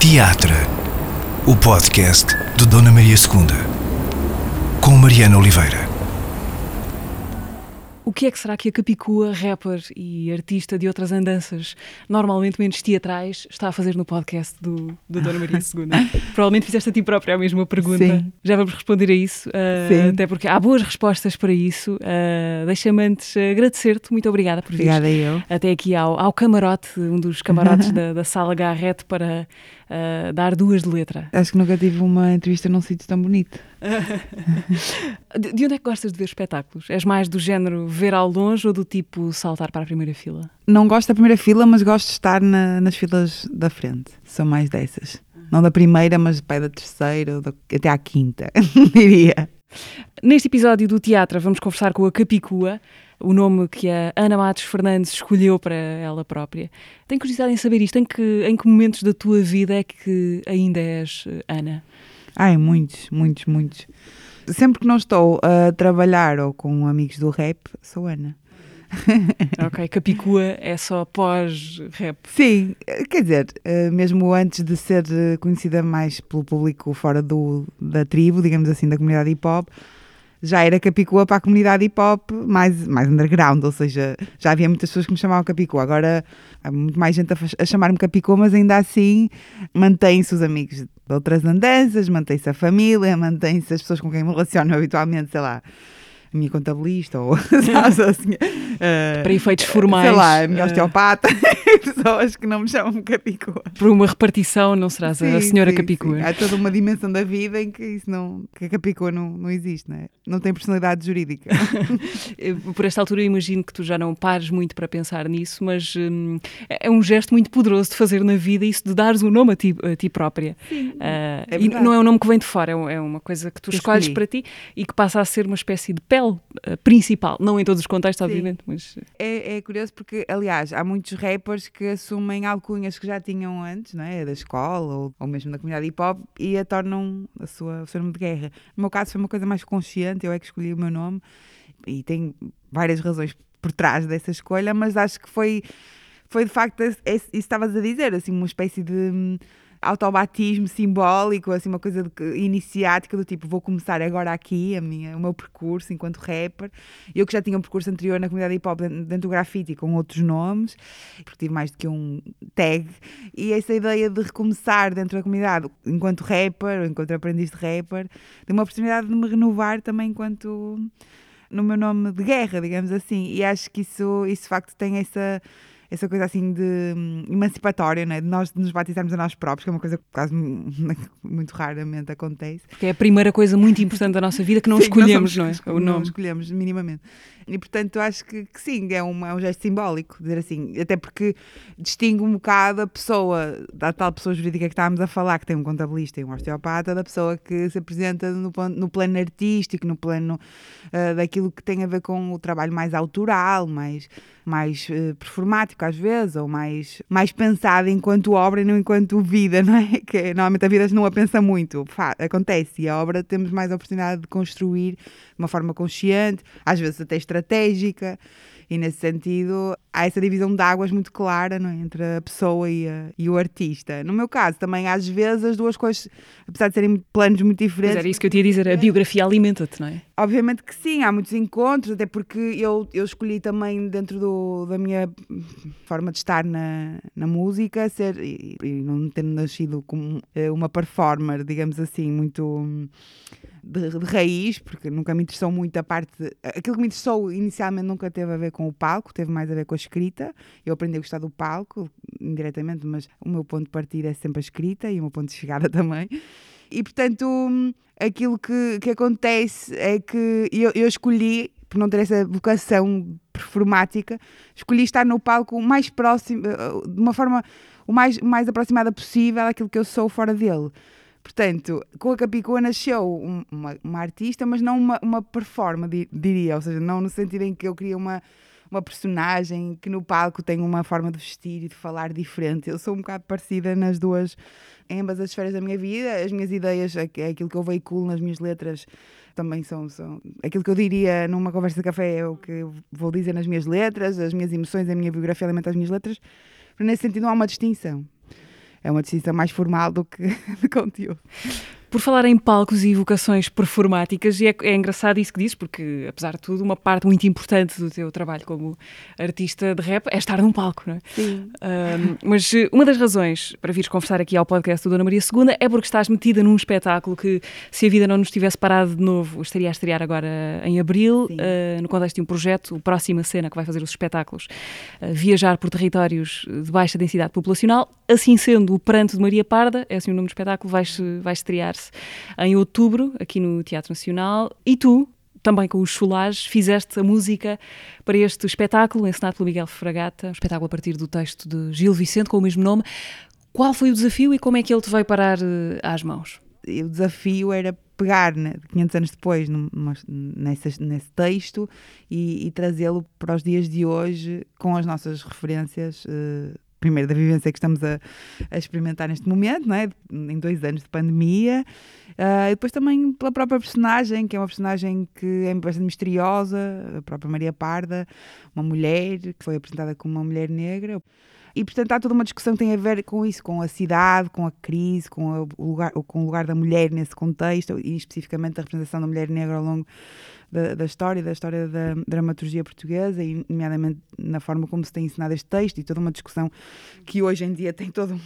Teatro, o podcast de Dona Maria II, com Mariana Oliveira. O que é que será que a Capicua, rapper e artista de outras andanças, normalmente menos teatrais, está a fazer no podcast do Dona Maria II? Provavelmente fizeste a ti própria a mesma pergunta. Sim. Já vamos responder a isso, até porque há boas respostas para isso. Deixa-me antes agradecer-te, muito obrigada por vir Obrigada eu. até aqui ao camarote, um dos camarotes da Sala Garrett, para dar duas de letra. Acho que nunca tive uma entrevista num sítio tão bonito. De onde é que gostas de ver espetáculos? És mais do género ver ao longe ou do tipo saltar para a primeira fila? Não gosto da primeira fila, mas gosto de estar nas filas da frente. Sou mais dessas. Não da primeira, mas pai da terceira, até à quinta, diria. Neste episódio do Teatro vamos conversar com a Capicua, o nome que a Ana Matos Fernandes escolheu para ela própria. Tenho curiosidade em saber isto. Em que momentos da tua vida é que ainda és Ana? Ai, muitos. Sempre que não estou a trabalhar ou com amigos do rap, sou Ana. Ok, Capicua é só pós-rap. Sim, quer dizer, mesmo antes de ser conhecida mais pelo público fora da tribo, digamos assim, da comunidade hip-hop, já era Capicua para a comunidade hip-hop mais underground, ou seja, já havia muitas pessoas que me chamavam Capicua. Agora há muito mais gente a chamar-me Capicua, mas ainda assim mantém-se os amigos de outras andanças, mantém-se a família, mantém-se as pessoas com quem me relaciono habitualmente, sei lá, a minha contabilista ou assim, para efeitos formais, sei lá, a minha osteopata, pessoas que não me chamam Capicua. Por uma repartição não serás a senhora Capicua. Sim. Há toda uma dimensão da vida em que que a Capicua não existe, não é? Não tem personalidade jurídica. Por esta altura eu imagino que tu já não pares muito para pensar nisso, mas é um gesto muito poderoso de fazer na vida isso de dares um nome a ti própria. Sim, e não é um nome que vem de fora, é uma coisa que tu escolhes para ti e que passa a ser uma espécie de pele principal, não em todos os contextos, obviamente, mas... É curioso porque, aliás, há muitos rappers que assumem alcunhas que já tinham antes, não é? Da escola ou mesmo da comunidade hip-hop e a tornam o seu nome de guerra. No meu caso foi uma coisa mais consciente, eu é que escolhi o meu nome e tem várias razões por trás dessa escolha, mas acho que foi de facto isso que estavas a dizer, assim, uma espécie de autobatismo simbólico, assim, uma coisa iniciática do tipo, vou começar agora aqui o meu percurso enquanto rapper. Eu que já tinha um percurso anterior na comunidade hip-hop dentro do grafite com outros nomes, porque tive mais do que um tag, e essa ideia de recomeçar dentro da comunidade enquanto rapper, ou enquanto aprendiz de rapper, deu uma oportunidade de me renovar também enquanto no meu nome de guerra, digamos assim, e acho que isso de facto tem essa coisa assim de emancipatória, não é? De nós nos batizarmos a nós próprios, que é uma coisa que quase muito raramente acontece. Porque é a primeira coisa muito importante da nossa vida que não escolhemos, não é? O nome. Não escolhemos, minimamente. E portanto acho que sim, é um gesto simbólico, dizer assim, até porque distingue um bocado a pessoa, da tal pessoa jurídica que estávamos a falar, que tem um contabilista e um osteopata, da pessoa que se apresenta no plano artístico, no plano daquilo que tem a ver com o trabalho mais autoral, mais performático às vezes, ou mais pensado enquanto obra e não enquanto vida, não é? Que normalmente a vida não a pensa muito, acontece, e a obra temos mais a oportunidade de construir de uma forma consciente, às vezes até estratégica, e nesse sentido há essa divisão de águas muito clara, não é? Entre a pessoa e o artista. No meu caso também às vezes as duas coisas, apesar de serem planos muito diferentes... Mas era isso que eu te ia dizer, a biografia alimenta-te, não é? Obviamente que sim, há muitos encontros, até porque eu escolhi também dentro da minha forma de estar na música ser, e não ter nascido como uma performer, digamos assim, muito de raiz, porque nunca me interessou muito a parte... Aquilo que me interessou inicialmente nunca teve a ver com o palco, teve mais a ver com a escrita. Eu aprendi a gostar do palco, indiretamente, mas o meu ponto de partida é sempre a escrita e o meu ponto de chegada também. E, portanto, aquilo que acontece é que eu escolhi, por não ter essa vocação performática, escolhi estar no palco mais próximo, de uma forma o mais aproximada possível àquilo que eu sou fora dele. Portanto, com a Capicua nasceu uma artista, mas não uma performer, diria, ou seja, não no sentido em que eu queria uma personagem que no palco tem uma forma de vestir e de falar diferente. Eu sou um bocado parecida nas duas, em ambas as esferas da minha vida. As minhas ideias, aquilo que eu veiculo nas minhas letras, também são aquilo que eu diria numa conversa de café, é o que eu vou dizer nas minhas letras, as minhas emoções, a minha biografia alimenta as minhas letras. Nesse sentido não há uma distinção. é uma decisão mais formal do que de conteúdo. Por falar em palcos e vocações performáticas, e é engraçado isso que dizes, porque, apesar de tudo, uma parte muito importante do teu trabalho como artista de rap é estar num palco, não é? Sim. Mas uma das razões para vires conversar aqui ao podcast do Dona Maria II é porque estás metida num espetáculo que, se a vida não nos tivesse parado de novo, estaria a estrear agora em abril, no contexto de um projeto, o Próxima Cena, que vai fazer os espetáculos viajar por territórios de baixa densidade populacional. Assim sendo, o Pranto de Maria Parda, é assim o nome do espetáculo, vai estrear-se em outubro, aqui no Teatro Nacional, e tu, também com os Chulares, fizeste a música para este espetáculo, encenado pelo Miguel Fragata, um espetáculo a partir do texto de Gil Vicente, com o mesmo nome. Qual foi o desafio e como é que ele te veio parar às mãos? O desafio era pegar, 500 anos depois, nesse texto e trazê-lo para os dias de hoje com as nossas referências, primeiro da vivência que estamos a experimentar neste momento, não é? Em 2 anos de pandemia, e depois também pela própria personagem, que é uma personagem que é bastante misteriosa, a própria Maria Parda, uma mulher que foi apresentada como uma mulher negra. E, portanto, há toda uma discussão que tem a ver com isso, com a cidade, com a crise, com o lugar da mulher nesse contexto e, especificamente, a representação da mulher negra ao longo da história da dramaturgia portuguesa e, nomeadamente, na forma como se tem ensinado este texto e toda uma discussão que hoje em dia tem toda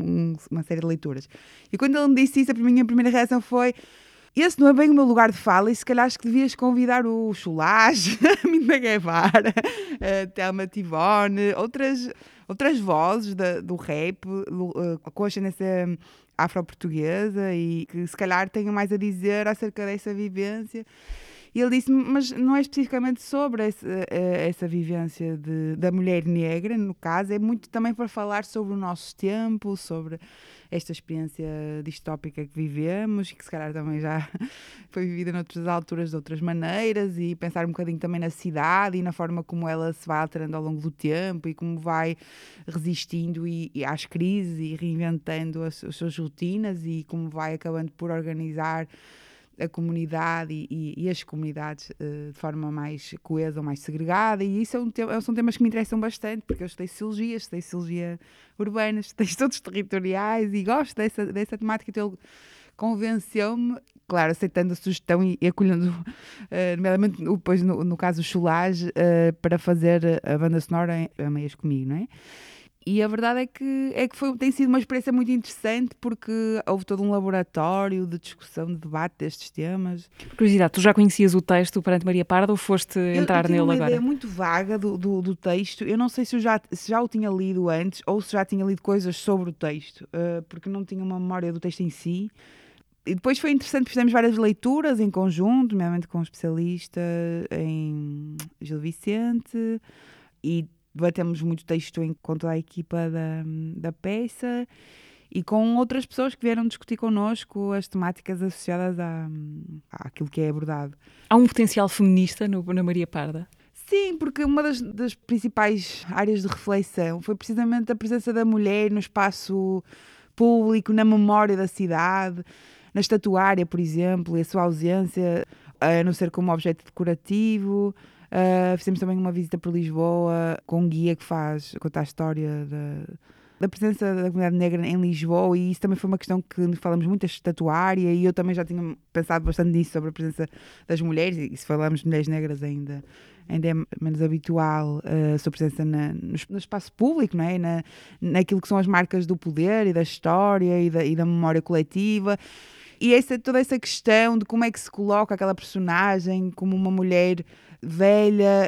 uma série de leituras. E quando ele me disse isso, a minha primeira reação foi: esse não é bem o meu lugar de fala e se calhar acho que devias convidar o Chulage, a Minda Guevara, a Thelma Tivone, outras vozes do rap, com ascendência afro-portuguesa e que se calhar tenham mais a dizer acerca dessa vivência. E ele disse, mas não é especificamente sobre essa vivência da mulher negra, no caso, é muito também para falar sobre o nosso tempo, sobre esta experiência distópica que vivemos e que se calhar também já foi vivida noutras alturas de outras maneiras, e pensar um bocadinho também na cidade e na forma como ela se vai alterando ao longo do tempo e como vai resistindo e às crises e reinventando as suas rotinas e como vai acabando por organizar a comunidade e as comunidades de forma mais coesa ou mais segregada, e isso são temas que me interessam bastante, porque eu estudei sociologia urbana, estudei estudos territoriais e gosto dessa temática, então ele convenceu-me, claro, aceitando a sugestão e acolhendo, nomeadamente depois no caso o Chulage, para fazer a banda sonora a meias comigo, não é? E a verdade é que tem sido uma experiência muito interessante, porque houve todo um laboratório de discussão, de debate destes temas. Curiosidade, tu já conhecias o texto Perante Maria Parda ou foste entrar nele agora? Eu tenho uma ideia muito vaga do texto. Eu não sei se já o tinha lido antes ou se já tinha lido coisas sobre o texto, porque não tinha uma memória do texto em si. E depois foi interessante, fizemos várias leituras em conjunto, nomeadamente com um especialista em Gil Vicente, e debatemos muito texto com toda a equipa da peça e com outras pessoas que vieram discutir connosco as temáticas associadas àquilo que é abordado. Há um potencial feminista na Maria Parda? Sim, porque uma das principais áreas de reflexão foi precisamente a presença da mulher no espaço público, na memória da cidade, na estatuária, por exemplo, e a sua ausência, a não ser como objeto decorativo. Fizemos também uma visita por Lisboa com um guia que conta a história da presença da comunidade negra em Lisboa, e isso também foi uma questão que falamos muito, a estatuária, e eu também já tinha pensado bastante nisso, sobre a presença das mulheres, e se falamos de mulheres negras ainda é menos habitual, a sua presença no espaço público, não é? Naquilo que são as marcas do poder e da história e da memória coletiva. E toda essa questão de como é que se coloca aquela personagem como uma mulher velha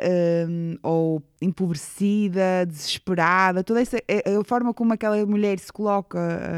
ou empobrecida, desesperada, toda essa a forma como aquela mulher se coloca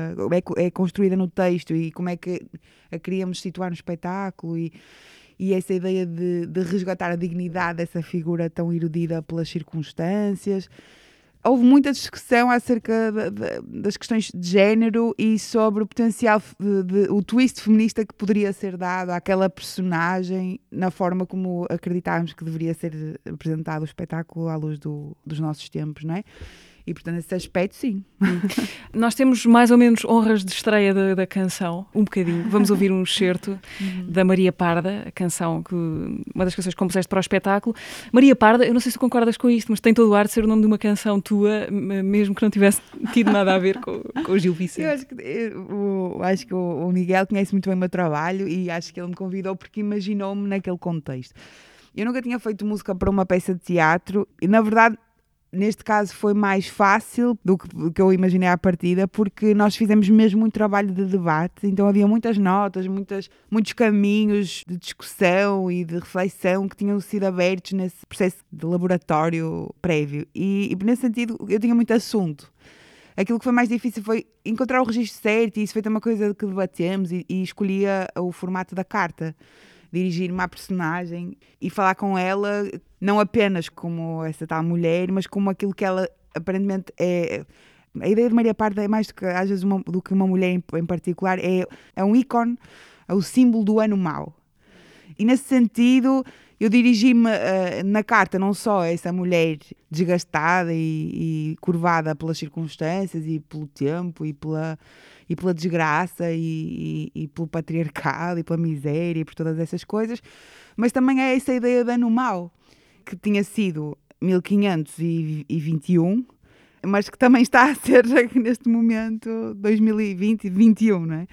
é construída no texto, e como é que a queríamos situar no espetáculo, e essa ideia de resgatar a dignidade dessa figura tão erudida pelas circunstâncias. Houve muita discussão acerca das questões de género e sobre o potencial, o twist feminista que poderia ser dado àquela personagem na forma como acreditávamos que deveria ser apresentado o espetáculo à luz dos nossos tempos, não é? E, portanto, nesse aspecto, sim. Nós temos mais ou menos honras de estreia da canção, um bocadinho. Vamos ouvir um excerto da Maria Parda, a canção uma das canções que compuseste para o espetáculo. Maria Parda, eu não sei se concordas com isto, mas tem todo o ar de ser o nome de uma canção tua, mesmo que não tivesse tido nada a ver com o Gil Vicente. Eu acho que o Miguel conhece muito bem o meu trabalho e acho que ele me convidou porque imaginou-me naquele contexto. Eu nunca tinha feito música para uma peça de teatro e, na verdade, neste caso foi mais fácil do que eu imaginei à partida, porque nós fizemos mesmo muito trabalho de debate, então havia muitas notas, muitos caminhos de discussão e de reflexão que tinham sido abertos nesse processo de laboratório prévio. E nesse sentido eu tinha muito assunto. Aquilo que foi mais difícil foi encontrar o registro certo, e isso foi também uma coisa que debatemos, e escolhia o formato da carta. Dirigir-me à personagem e falar com ela, não apenas como essa tal mulher, mas como aquilo que ela aparentemente é. A ideia de Maria Parda é mais do que, às vezes, do que uma mulher em particular, é um ícone, é o símbolo do ano mau. E nesse sentido, eu dirigi-me na carta não só a essa mulher desgastada e curvada pelas circunstâncias e pelo tempo e pela desgraça e pelo patriarcado e pela miséria e por todas essas coisas, mas também é essa ideia de ano mau, que tinha sido 1521, mas que também está a ser neste momento 2020 e 2021, não é?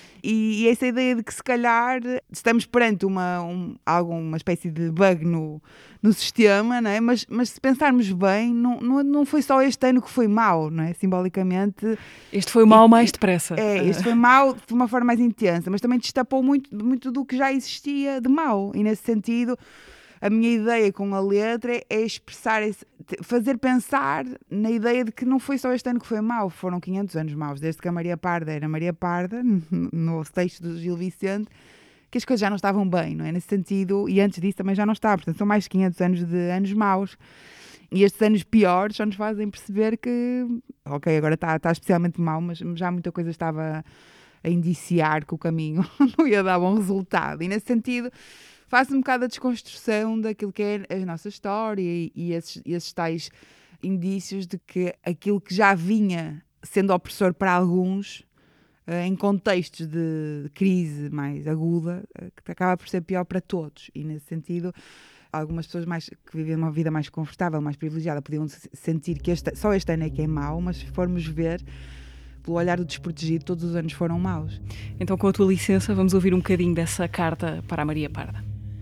E essa ideia de que se calhar estamos perante uma espécie de bug no sistema, não é? Mas se pensarmos bem, não foi só este ano que foi mau, não é? Simbolicamente. Este foi o mau mais depressa. Este foi mau de uma forma mais intensa, mas também destapou muito do que já existia de mau. E nesse sentido, a minha ideia com a letra é expressar, fazer pensar na ideia de que não foi só este ano que foi mau, foram 500 anos maus, desde que a Maria Parda era Maria Parda, no texto do Gil Vicente, que as coisas já não estavam bem, não é? Nesse sentido, e antes disso também já não está, portanto são mais de 500 anos de anos maus. E estes anos piores só nos fazem perceber que, ok, agora está especialmente mau, mas já muita coisa estava a indiciar que o caminho não ia dar bom resultado. E nesse sentido, faço um bocado a desconstrução daquilo que é a nossa história e esses tais indícios de que aquilo que já vinha sendo opressor para alguns, em contextos de crise mais aguda, que acaba por ser pior para todos. E nesse sentido, algumas pessoas que vivem uma vida mais confortável, mais privilegiada, podiam sentir que só este ano é que é mau, mas se formos ver pelo olhar do desprotegido, todos os anos foram maus. Então, com a tua licença, vamos ouvir um bocadinho dessa carta para a Maria Parda.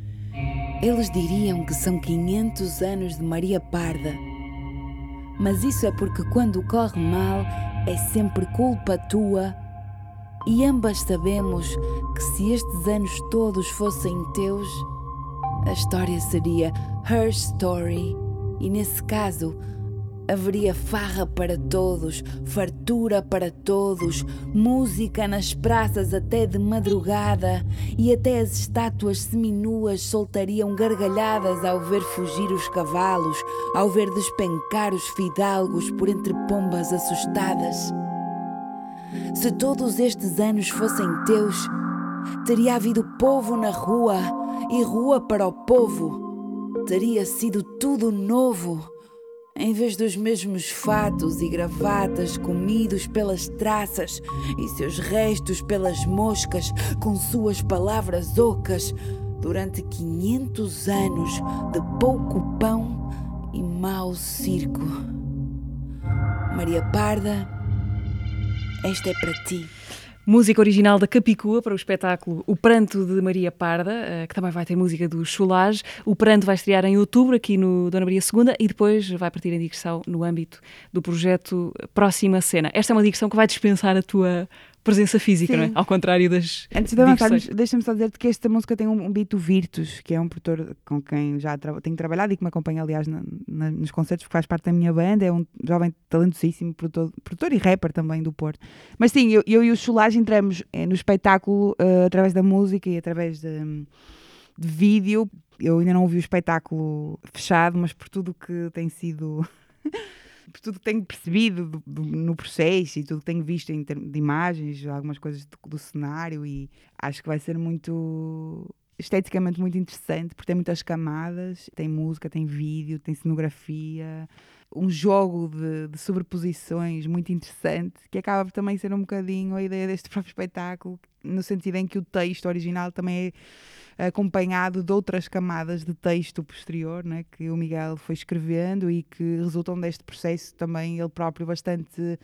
Eles diriam que são 500 anos de Maria Parda. Mas isso é porque quando corre mal é sempre culpa tua. E ambas sabemos que se estes anos todos fossem teus, a história seria her story. E nesse caso, haveria farra para todos, fartura para todos, música nas praças até de madrugada, e até as estátuas seminuas soltariam gargalhadas ao ver fugir os cavalos, ao ver despencar os fidalgos por entre pombas assustadas. Se todos estes anos fossem teus, teria havido povo na rua e rua para o povo. Teria sido tudo novo. Em vez dos mesmos fatos e gravatas comidos pelas traças e seus restos pelas moscas, com suas palavras ocas, durante 500 anos de pouco pão e mau circo. Maria Parda, esta é para ti. Música original da Capicua para o espetáculo O Pranto de Maria Parda, que também vai ter música do Cholage. O Pranto vai estrear em outubro aqui no Dona Maria II e depois vai partir em digressão no âmbito do projeto Próxima Cena. Esta é uma digressão que vai dispensar a tua presença física, não é? Ao contrário das Antes de avançarmos, deixa-me só dizer-te que esta música tem um beat do Virtus, que é um produtor com quem já tenho trabalhado e que me acompanha, aliás, nos concertos, porque faz parte da minha banda. É um jovem talentosíssimo, produtor e rapper também do Porto. Mas sim, eu e o Cholage entramos no espetáculo através da música e através de vídeo. Eu ainda não ouvi o espetáculo fechado, mas por tudo que tem sido... por tudo que tenho percebido no processo e tudo que tenho visto em termos de imagens, algumas coisas do cenário, e acho que vai ser muito esteticamente muito interessante, porque tem muitas camadas, tem música, tem vídeo, tem cenografia, um jogo de sobreposições muito interessante, que acaba por também ser um bocadinho a ideia deste próprio espetáculo, no sentido em que o texto original também é acompanhado de outras camadas de texto posterior, né, que o Miguel foi escrevendo e que resultam deste processo também ele próprio bastante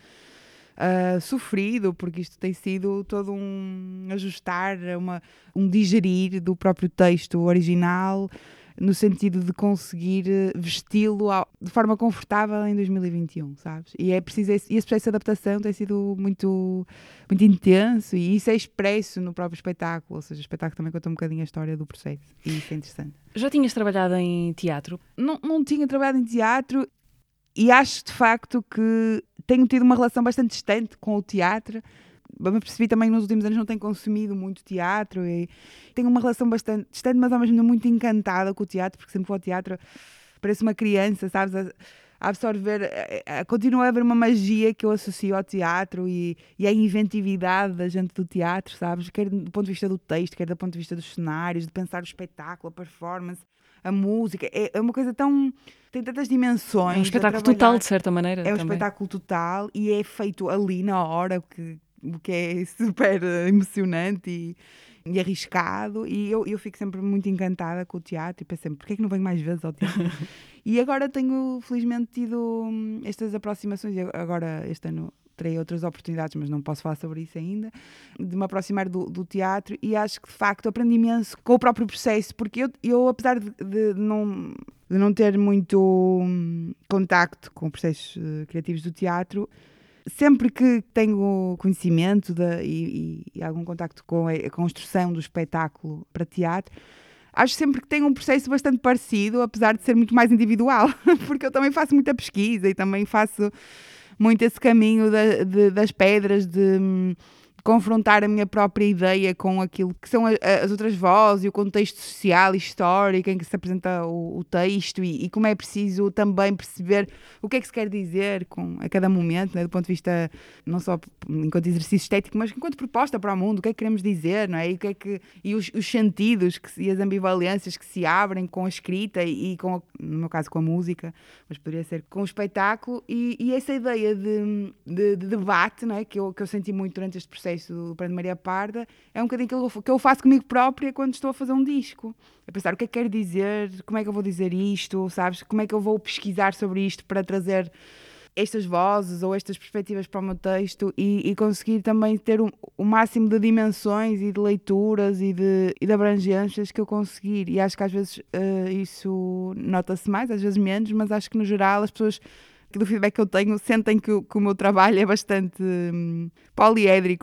sofrido, porque isto tem sido todo um ajustar, um digerir do próprio texto original, no sentido de conseguir vesti-lo de forma confortável em 2021, sabes? E é preciso esse processo de adaptação tem sido muito, muito intenso, e isso é expresso no próprio espetáculo, ou seja, o espetáculo também conta um bocadinho a história do processo, e isso é interessante. Já tinhas trabalhado em teatro? Não tinha trabalhado em teatro, e acho de facto que tenho tido uma relação bastante distante com o teatro. Me percebi também nos últimos anos não tenho consumido muito teatro e tenho uma relação bastante distante, mas ao mesmo tempo muito encantada com o teatro, porque sempre vou ao teatro parece uma criança, sabes, a absorver, continua a haver uma magia que eu associo ao teatro e a inventividade da gente do teatro, sabes, quer do ponto de vista do texto, quer do ponto de vista dos cenários, de pensar o espetáculo, a performance, a música, é uma coisa tão... tem tantas dimensões. É um espetáculo total, de certa maneira. É um espetáculo total e é feito ali na hora, o que é super emocionante e arriscado, e eu fico sempre muito encantada com o teatro e penso sempre, porquê é que não venho mais vezes ao teatro? E agora tenho felizmente tido estas aproximações, e agora este ano terei outras oportunidades, mas não posso falar sobre isso ainda, de me aproximar do teatro, e acho que de facto aprendi imenso com o próprio processo, porque eu apesar de não ter muito contacto com processos criativos do teatro, sempre que tenho conhecimento e algum contacto com a construção do espetáculo para teatro, acho sempre que tem um processo bastante parecido, apesar de ser muito mais individual, porque eu também faço muita pesquisa e também faço muito esse caminho das pedras, de confrontar a minha própria ideia com aquilo que são as outras vozes e o contexto social e histórico em que se apresenta o texto, e como é preciso também perceber o que é que se quer dizer a cada momento, né, do ponto de vista não só enquanto exercício estético, mas enquanto proposta para o mundo, o que é que queremos dizer, não é? E os sentidos e as ambivalências que se abrem com a escrita e no meu caso com a música, mas poderia ser com o espetáculo, e essa ideia de debate, não é? que eu senti muito durante este processo do Prémio Maria Parda, é um bocadinho que eu faço comigo própria quando estou a fazer um disco. A pensar o que é que quero dizer, como é que eu vou dizer isto, sabes? Como é que eu vou pesquisar sobre isto para trazer estas vozes ou estas perspectivas para o meu texto e conseguir também ter o máximo de dimensões e de leituras e de abrangências que eu conseguir. E acho que às vezes isso nota-se mais, às vezes menos, mas acho que no geral as pessoas, do feedback que eu tenho, sentem que o meu trabalho é bastante poliédrico,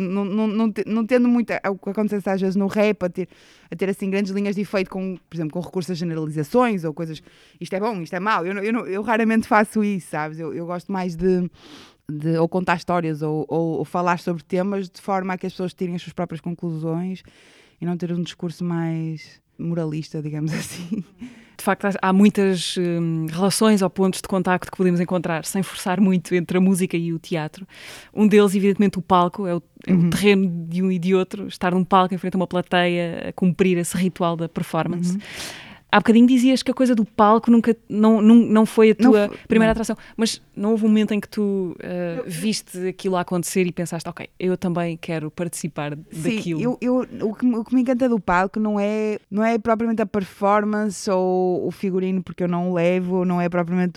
não tendo muito o que acontece às vezes no rap, a ter assim grandes linhas de efeito, por exemplo, com recurso a generalizações ou coisas, isto é bom, isto é mau, eu raramente faço isso, sabes? Eu gosto mais de ou contar histórias ou falar sobre temas de forma a que as pessoas tirem as suas próprias conclusões e não ter um discurso mais moralista, digamos assim. De facto, há muitas relações ou pontos de contacto que podemos encontrar sem forçar muito entre a música e o teatro. Um deles, evidentemente, o palco, é o terreno de um e de outro, estar num palco em frente a uma plateia a cumprir esse ritual da performance. Há bocadinho dizias que a coisa do palco não foi a tua primeira atração, mas não houve um momento em que tu viste aquilo a acontecer e pensaste, ok, eu também quero participar daquilo. Sim, o que me encanta do palco não é propriamente a performance ou o figurino, porque eu não o levo, não é propriamente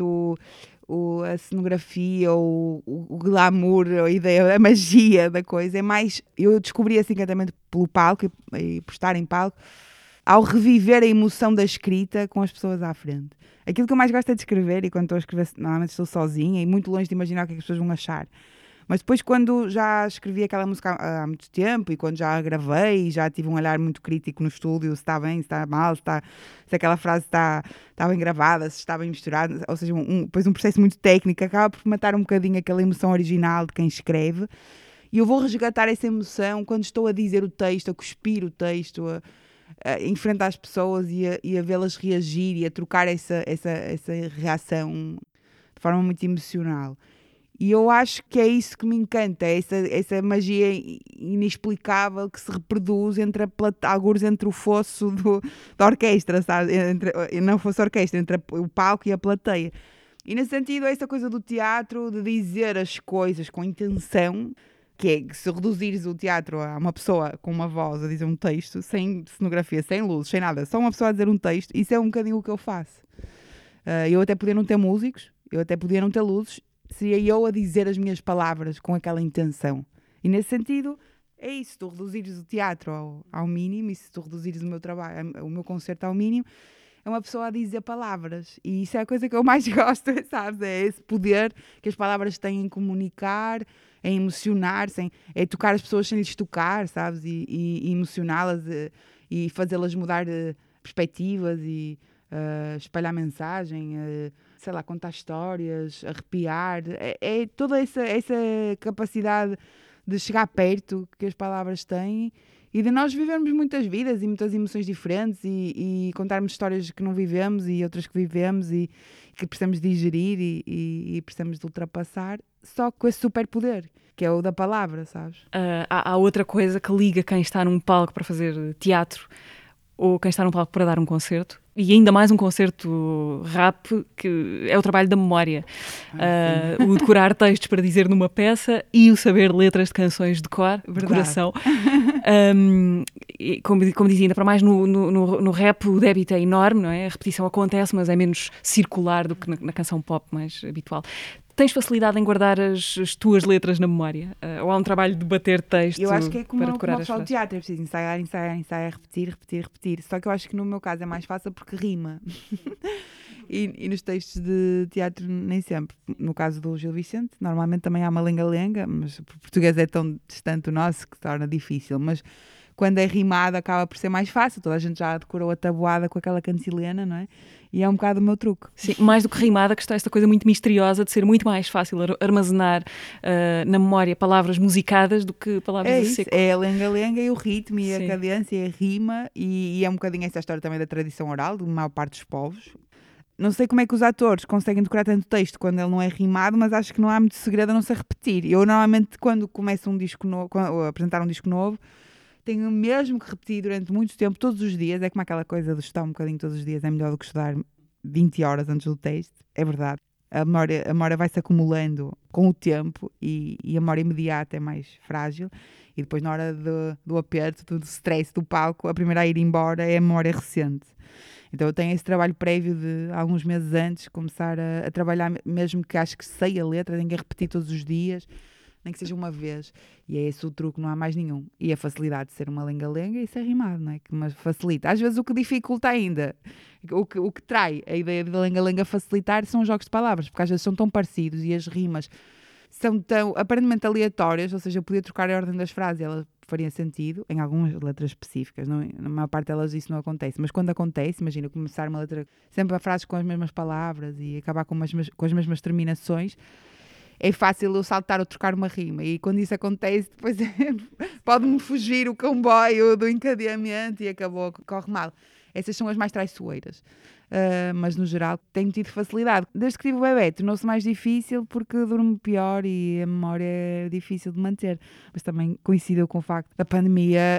a cenografia ou o glamour, a ideia, a magia da coisa, é mais, eu descobri esse encantamento pelo palco e por estar em palco, ao reviver a emoção da escrita com as pessoas à frente. Aquilo que eu mais gosto é de escrever, e quando estou a escrever, normalmente estou sozinha e muito longe de imaginar o que é que as pessoas vão achar. Mas depois, quando já escrevi aquela música há muito tempo e quando já a gravei, já tive um olhar muito crítico no estúdio, se está bem, se está mal, se aquela frase está bem gravada, se está bem misturada, ou seja, depois um processo muito técnico, acaba por matar um bocadinho aquela emoção original de quem escreve, e eu vou resgatar essa emoção quando estou a dizer o texto, a cuspir o texto, em frente às pessoas e a vê-las reagir e a trocar essa reação de forma muito emocional. E eu acho que é isso que me encanta, essa magia inexplicável que se reproduz algures entre o fosso da orquestra, sabe? Não fosse orquestra, entre o palco e a plateia. E nesse sentido, essa coisa do teatro, de dizer as coisas com intenção, que é que se reduzires o teatro a uma pessoa com uma voz a dizer um texto, sem cenografia, sem luz, sem nada, só uma pessoa a dizer um texto, isso é um bocadinho o que eu faço. Eu até podia não ter músicos, eu até podia não ter luzes, seria eu a dizer as minhas palavras com aquela intenção. E nesse sentido, é isso, se tu reduzires o teatro ao mínimo, e se tu reduzires o meu trabalho, o meu concerto ao mínimo, é uma pessoa a dizer palavras. E isso é a coisa que eu mais gosto, sabes? É esse poder que as palavras têm em comunicar, em emocionar, é tocar as pessoas sem lhes tocar, sabes? E emocioná-las e fazê-las mudar de perspectivas e espalhar mensagem, sei lá, contar histórias, arrepiar. É toda essa capacidade de chegar perto que as palavras têm e de nós vivermos muitas vidas e muitas emoções diferentes e contarmos histórias que não vivemos e outras que vivemos e que precisamos digerir e precisamos de ultrapassar, só com esse superpoder, que é o da palavra, sabes? Há outra coisa que liga quem está num palco para fazer teatro ou quem está num palco para dar um concerto, e ainda mais um concerto rap, que é o trabalho da memória. O decorar textos para dizer numa peça e o saber letras de canções de cor, de coração. Como dizia, ainda para mais no rap o débito é enorme, não é? A repetição acontece, mas é menos circular do que na canção pop mais habitual. Tens facilidade em guardar as tuas letras na memória? Ou há um trabalho de bater texto? Eu acho que é como decorar o teatro, é preciso ensaiar, repetir. Só que eu acho que no meu caso é mais fácil porque rima. e nos textos de teatro nem sempre. No caso do Gil Vicente, normalmente também há uma lenga-lenga, mas o português é tão distante do nosso que torna difícil. Mas quando é rimado acaba por ser mais fácil. Toda a gente já decorou a tabuada com aquela cantilena, não é? E é um bocado o meu truque. Sim, mais do que rimada, que está esta coisa muito misteriosa de ser muito mais fácil armazenar na memória palavras musicadas do que palavras a seco. É a lenga-lenga e o ritmo e Sim. A cadência e a rima e é um bocadinho essa história também da tradição oral, de maior parte dos povos. Não sei como é que os atores conseguem decorar tanto texto quando ele não é rimado, mas acho que não há muito segredo a não ser repetir. Eu normalmente quando começo um disco novo, ou apresentar um disco novo, tenho mesmo que repetir durante muito tempo, todos os dias. É como aquela coisa de estudar um bocadinho todos os dias, é melhor do que estudar 20 horas antes do teste. É verdade. A memória vai-se acumulando com o tempo e a memória imediata é mais frágil. E depois, na hora do aperto, do stress do palco, a primeira a ir embora é a memória recente. Então eu tenho esse trabalho prévio de alguns meses antes, começar a trabalhar, mesmo que acho que sei a letra, tenho que repetir todos os dias, nem que seja uma vez. E é esse o truque, não há mais nenhum. E a facilidade de ser uma lenga-lenga e ser rimado, não é? Que me facilita. Às vezes o que dificulta ainda, o que trai a ideia de lenga-lenga facilitar são os jogos de palavras, porque às vezes são tão parecidos e as rimas são tão aparentemente aleatórias, ou seja, eu podia trocar a ordem das frases e elas faria sentido em algumas letras específicas, não, na maior parte delas isso não acontece, mas quando acontece, imagina começar uma letra sempre a frases com as mesmas palavras e acabar com as mesmas terminações, é fácil eu saltar ou trocar uma rima e quando isso acontece depois pode-me fugir o comboio do encadeamento e corre mal. Essas são as mais traiçoeiras. Mas no geral tenho tido facilidade. Desde que tive o bebê tornou-se mais difícil porque durmo pior e a memória é difícil de manter, mas também coincidiu com o facto da pandemia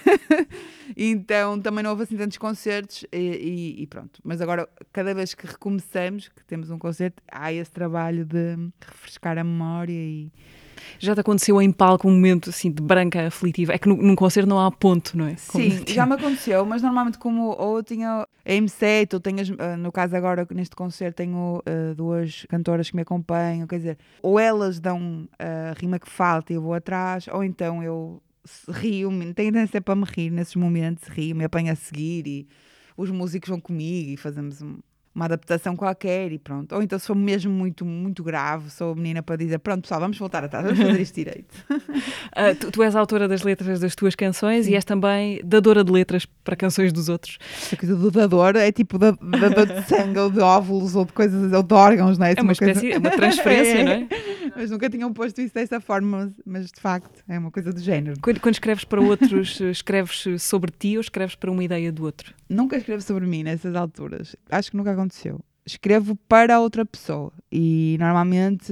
então também não houve assim tantos concertos e pronto, mas agora cada vez que recomeçamos, que temos um concerto, há esse trabalho de refrescar a memória e... Já te aconteceu em palco um momento assim de branca aflitiva? É que num concerto não há ponto, não é? Sim, já me aconteceu, mas normalmente como ou tinha a M7 ou tenho, no caso agora neste concerto tenho duas cantoras que me acompanham, quer dizer, ou elas dão a rima que falta e eu vou atrás, ou então eu rio-me, tenho tendência para me rir nesses momentos, rio-me, apanho a seguir e os músicos vão comigo e fazemos uma adaptação qualquer e pronto. Ou então se for mesmo muito, muito grave, sou a menina para dizer, pronto pessoal, vamos voltar atrás, vamos fazer isto direito. Tu és a autora das letras das tuas canções. Sim. E és também dadora de letras para canções dos outros. A coisa do dador é tipo dador de sangue ou de óvulos ou de coisas, ou de órgãos, não é? É uma espécie, é uma transferência, não é? Mas nunca tinham posto isso dessa forma, mas de facto é uma coisa do género. Quando escreves para outros, escreves sobre ti ou escreves para uma ideia do outro? Nunca escrevo sobre mim nessas alturas. Acho que nunca aconteceu. Escrevo para outra pessoa e normalmente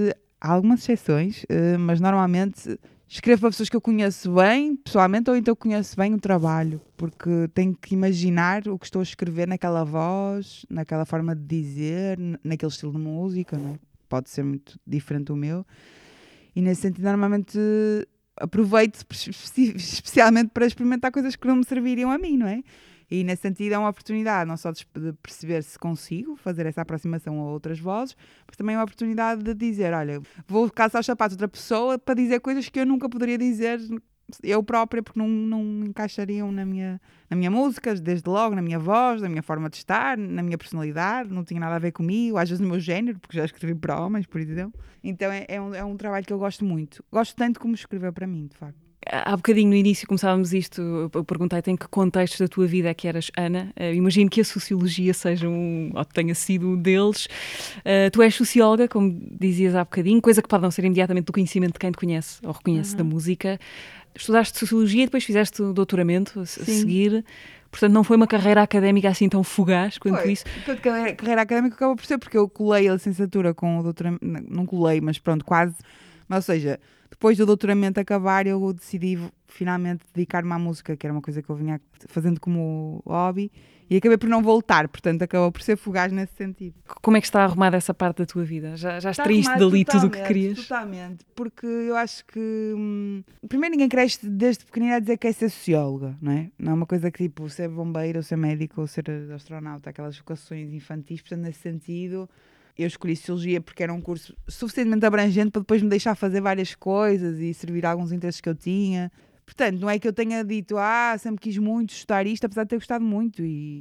há algumas exceções, mas normalmente escrevo para pessoas que eu conheço bem, pessoalmente, ou então conheço bem o trabalho, porque tenho que imaginar o que estou a escrever naquela voz, naquela forma de dizer, naquele estilo de música, não é? Pode ser muito diferente do meu. E nesse sentido, normalmente aproveito especialmente para experimentar coisas que não me serviriam a mim, não é? E nesse sentido é uma oportunidade não só de perceber se consigo fazer essa aproximação a outras vozes, mas também é uma oportunidade de dizer, olha, vou calçar os sapatos de outra pessoa para dizer coisas que eu nunca poderia dizer eu própria, porque não encaixariam na minha música, desde logo, na minha voz, na minha forma de estar, na minha personalidade, não tinha nada a ver comigo, às vezes no meu género, porque já escrevi para homens, por exemplo. Então é um trabalho que eu gosto muito. Gosto tanto como escrever para mim, de facto. Há bocadinho no início começávamos isto, eu perguntei-te em que contexto da tua vida é que eras Ana. Imagino que a sociologia seja ou tenha sido um deles. Tu és socióloga, como dizias há bocadinho, coisa que pode não ser imediatamente do conhecimento de quem te conhece ou reconhece da música. Estudaste sociologia e depois fizeste o doutoramento a seguir. Portanto, não foi uma carreira académica assim tão fugaz quanto isso. Portanto, a carreira académica acabou por ser porque eu colei a licenciatura com o doutoramento. Não colei, mas pronto, quase. Mas, ou seja, depois do doutoramento acabar, eu decidi finalmente dedicar-me à música, que era uma coisa que eu vinha fazendo como hobby, e acabei por não voltar, portanto acabou por ser fugaz nesse sentido. Como é que está arrumada essa parte da tua vida? Já extraíste dali tudo o que querias? Totalmente, porque eu acho que primeiro ninguém cresce desde pequenina a dizer que é ser socióloga, não é? Não é uma coisa que tipo ser bombeiro, ou ser médico, ou ser astronauta, aquelas vocações infantis, portanto nesse sentido eu escolhi Sociologia porque era um curso suficientemente abrangente para depois me deixar fazer várias coisas e servir a alguns interesses que eu tinha. Portanto, não é que eu tenha dito, sempre quis muito estudar isto, apesar de ter gostado muito.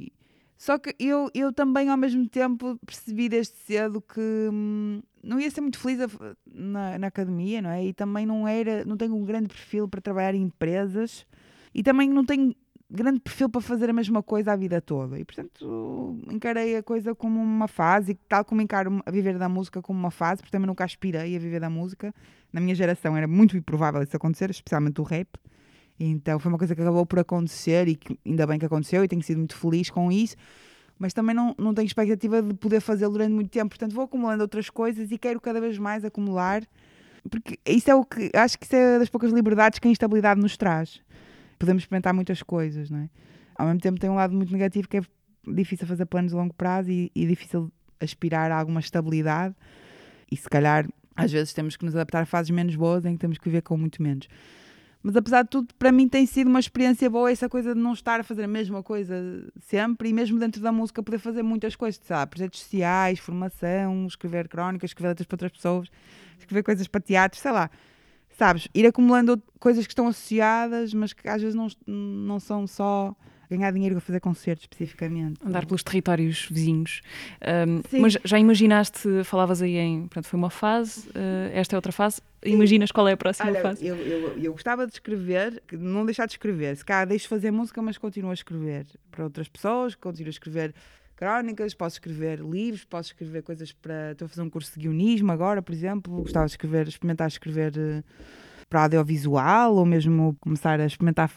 Só que eu também, ao mesmo tempo, percebi desde cedo que não ia ser muito feliz na academia, não é? E também não tenho um grande perfil para trabalhar em empresas e também não tenho grande perfil para fazer a mesma coisa a vida toda. E, portanto, encarei a coisa como uma fase, e tal como encaro a viver da música como uma fase, porque também nunca aspirei a viver da música. Na minha geração era muito improvável isso acontecer, especialmente o rap. Então foi uma coisa que acabou por acontecer e que ainda bem que aconteceu e tenho sido muito feliz com isso, mas também não tenho expectativa de poder fazê-lo durante muito tempo, portanto vou acumulando outras coisas e quero cada vez mais acumular, porque isso é acho que isso é das poucas liberdades que a instabilidade nos traz. Podemos experimentar muitas coisas, não é? Ao mesmo tempo tem um lado muito negativo, que é difícil fazer planos a longo prazo e difícil aspirar a alguma estabilidade, e se calhar às vezes temos que nos adaptar a fases menos boas em que temos que viver com muito menos. Mas apesar de tudo, para mim tem sido uma experiência boa essa coisa de não estar a fazer a mesma coisa sempre, e mesmo dentro da música poder fazer muitas coisas, sabe? Projetos sociais, formação, escrever crónicas, escrever letras para outras pessoas, escrever coisas para teatro, sei lá. Sabes? Ir acumulando coisas que estão associadas, mas que às vezes não são só ganhar dinheiro a fazer concertos especificamente. Andar pelos territórios vizinhos. Mas já imaginaste, falavas aí pronto, foi uma fase, esta é outra fase. Imaginas qual é a próxima fase? Eu gostava de escrever, não deixar de escrever. Se calhar deixo de fazer música, mas continuo a escrever para outras pessoas, continuo a escrever crónicas, posso escrever livros, posso escrever coisas para... Estou a fazer um curso de guionismo agora, por exemplo. Gostava de experimentar escrever para audiovisual, ou mesmo começar a experimentar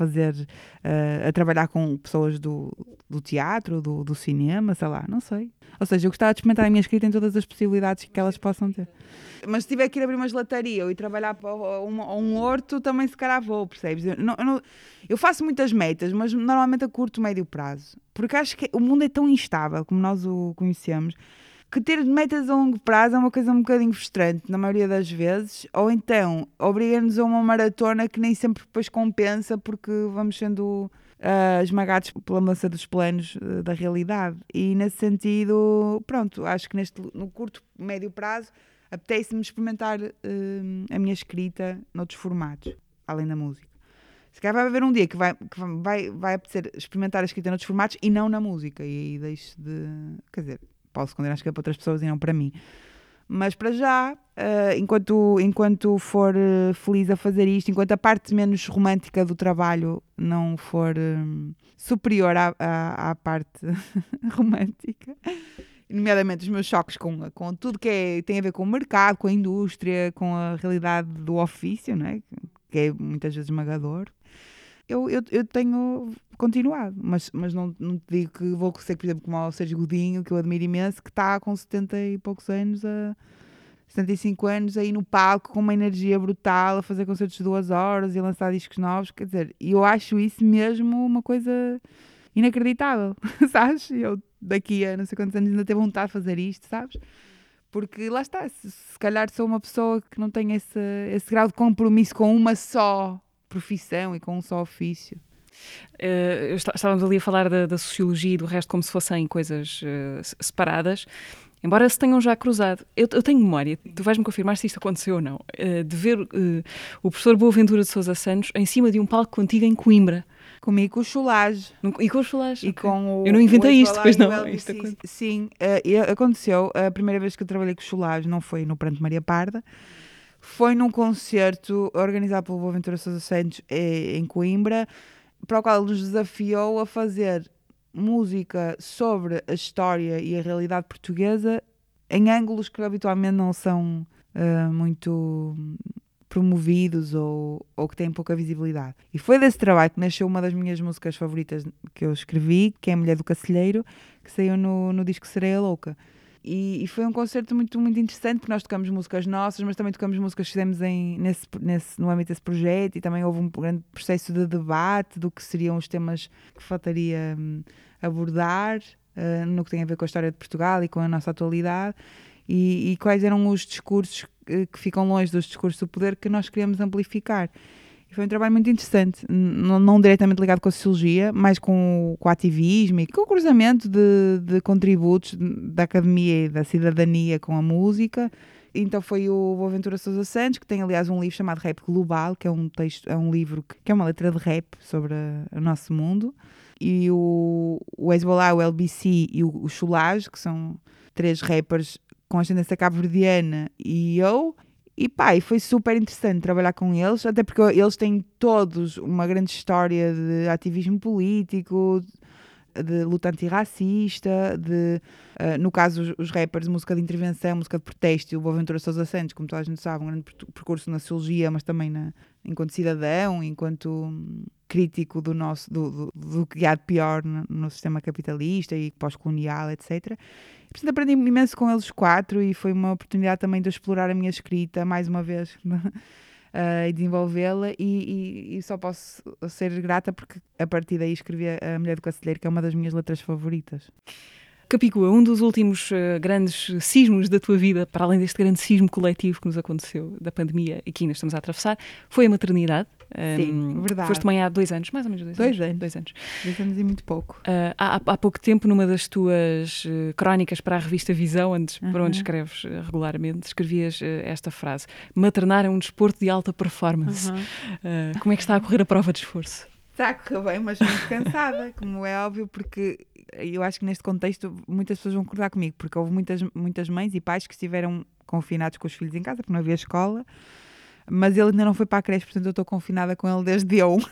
a trabalhar com pessoas do teatro, do cinema, sei lá, não sei. Ou seja, eu gostava de experimentar a minha escrita em todas as possibilidades que elas possam ter. Mas se tiver que ir abrir uma gelataria ou ir trabalhar para um horto, também se calhar vou, percebes? Eu faço muitas metas, mas normalmente a curto, médio prazo. Porque acho que o mundo é tão instável, como nós o conhecemos, que ter metas a longo prazo é uma coisa um bocadinho frustrante, na maioria das vezes, ou então obriga-nos a uma maratona que nem sempre depois compensa, porque vamos sendo esmagados pela mudança dos planos da realidade. E nesse sentido, pronto, acho que no curto, médio prazo, apetece-me experimentar a minha escrita noutros formatos, além da música. Se calhar vai haver um dia que vai apetecer experimentar a escrita noutros formatos e não na música, e aí deixo de... Quer dizer, posso condenar a escrita para outras pessoas e não para mim. Mas para já, enquanto for feliz a fazer isto, enquanto a parte menos romântica do trabalho não for superior à parte romântica, nomeadamente os meus choques com tudo que tem a ver com o mercado, com a indústria, com a realidade do ofício, não é? Que é muitas vezes esmagador, eu tenho continuado, mas não te digo que vou ser, por exemplo, como o Sérgio Godinho, que eu admiro imenso, que está com 70 e poucos anos 75 anos, aí no palco com uma energia brutal, a fazer concertos de 2 horas e a lançar discos novos, quer dizer, eu acho isso mesmo uma coisa inacreditável, sabes? Eu daqui a não sei quantos anos ainda tenho vontade de fazer isto, sabes? Porque lá está, se calhar sou uma pessoa que não tem esse grau de compromisso com uma só profissão e com um só ofício. Estávamos ali a falar da sociologia e do resto como se fossem coisas separadas, embora se tenham já cruzado. Eu tenho memória, tu vais-me confirmar se isto aconteceu ou não, de ver o professor Boaventura de Sousa Santos em cima de um palco contigo em Coimbra. Comigo com o Cholage. E com os Cholage. E com eu não inventei o isto, pois não. Sim, aconteceu. A primeira vez que eu trabalhei com o Cholage não foi no Pranto Maria Parda, foi num concerto organizado pelo Boaventura de Sousa Santos em Coimbra, para o qual ele nos desafiou a fazer música sobre a história e a realidade portuguesa em ângulos que habitualmente não são muito promovidos ou que têm pouca visibilidade. E foi desse trabalho que nasceu uma das minhas músicas favoritas que eu escrevi, que é a Mulher do Cacilheiro, que saiu no disco Sereia Louca. E foi um concerto muito, muito interessante, porque nós tocamos músicas nossas, mas também tocamos músicas que fizemos no âmbito desse projeto, e também houve um grande processo de debate do que seriam os temas que faltaria abordar no que tem a ver com a história de Portugal e com a nossa atualidade, e quais eram os discursos que ficam longe dos discursos do poder que nós queríamos amplificar. E foi um trabalho muito interessante, não diretamente ligado com a sociologia, mas com o ativismo e com o cruzamento de contributos da academia e da cidadania com a música. Então foi o Boaventura Sousa Santos, que tem aliás um livro chamado Rap Global, que é um livro que é uma letra de rap sobre o nosso mundo, e o Hezbollah, o LBC e o Cholage, que são 3 rappers com ascendência cabo-verdiana, e eu. E foi super interessante trabalhar com eles, até porque eles têm todos uma grande história de ativismo político, de luta antirracista, no caso os rappers de música de intervenção, música de protesto, e o Boaventura Sousa Santos, como toda a gente sabe, um grande percurso na sociologia, mas também enquanto cidadão, enquanto crítico do que há de pior no sistema capitalista e pós-colonial, etc. Portanto, aprendi imenso com eles 4 e foi uma oportunidade também de explorar a minha escrita mais uma vez e desenvolvê-la, e só posso ser grata porque a partir daí escrevi A Mulher do Cacilheiro, que é uma das minhas letras favoritas. Capicua, um dos últimos grandes sismos da tua vida, para além deste grande sismo coletivo que nos aconteceu da pandemia e que ainda estamos a atravessar, foi a maternidade. Sim, verdade. Foste mãe há 2 anos, mais ou menos 2 anos. 2 anos. 2 anos e muito pouco. Há pouco tempo, numa das tuas crónicas para a revista Visão, por onde escreves regularmente, escrevias esta frase: maternar é um desporto de alta performance. Como é que está a correr a prova de esforço? Está a correr bem, mas muito cansada, como é óbvio, porque eu acho que neste contexto muitas pessoas vão concordar comigo, porque houve muitas mães e pais que estiveram confinados com os filhos em casa, porque não havia escola, mas ele ainda não foi para a creche, portanto eu estou confinada com ele desde dia 1.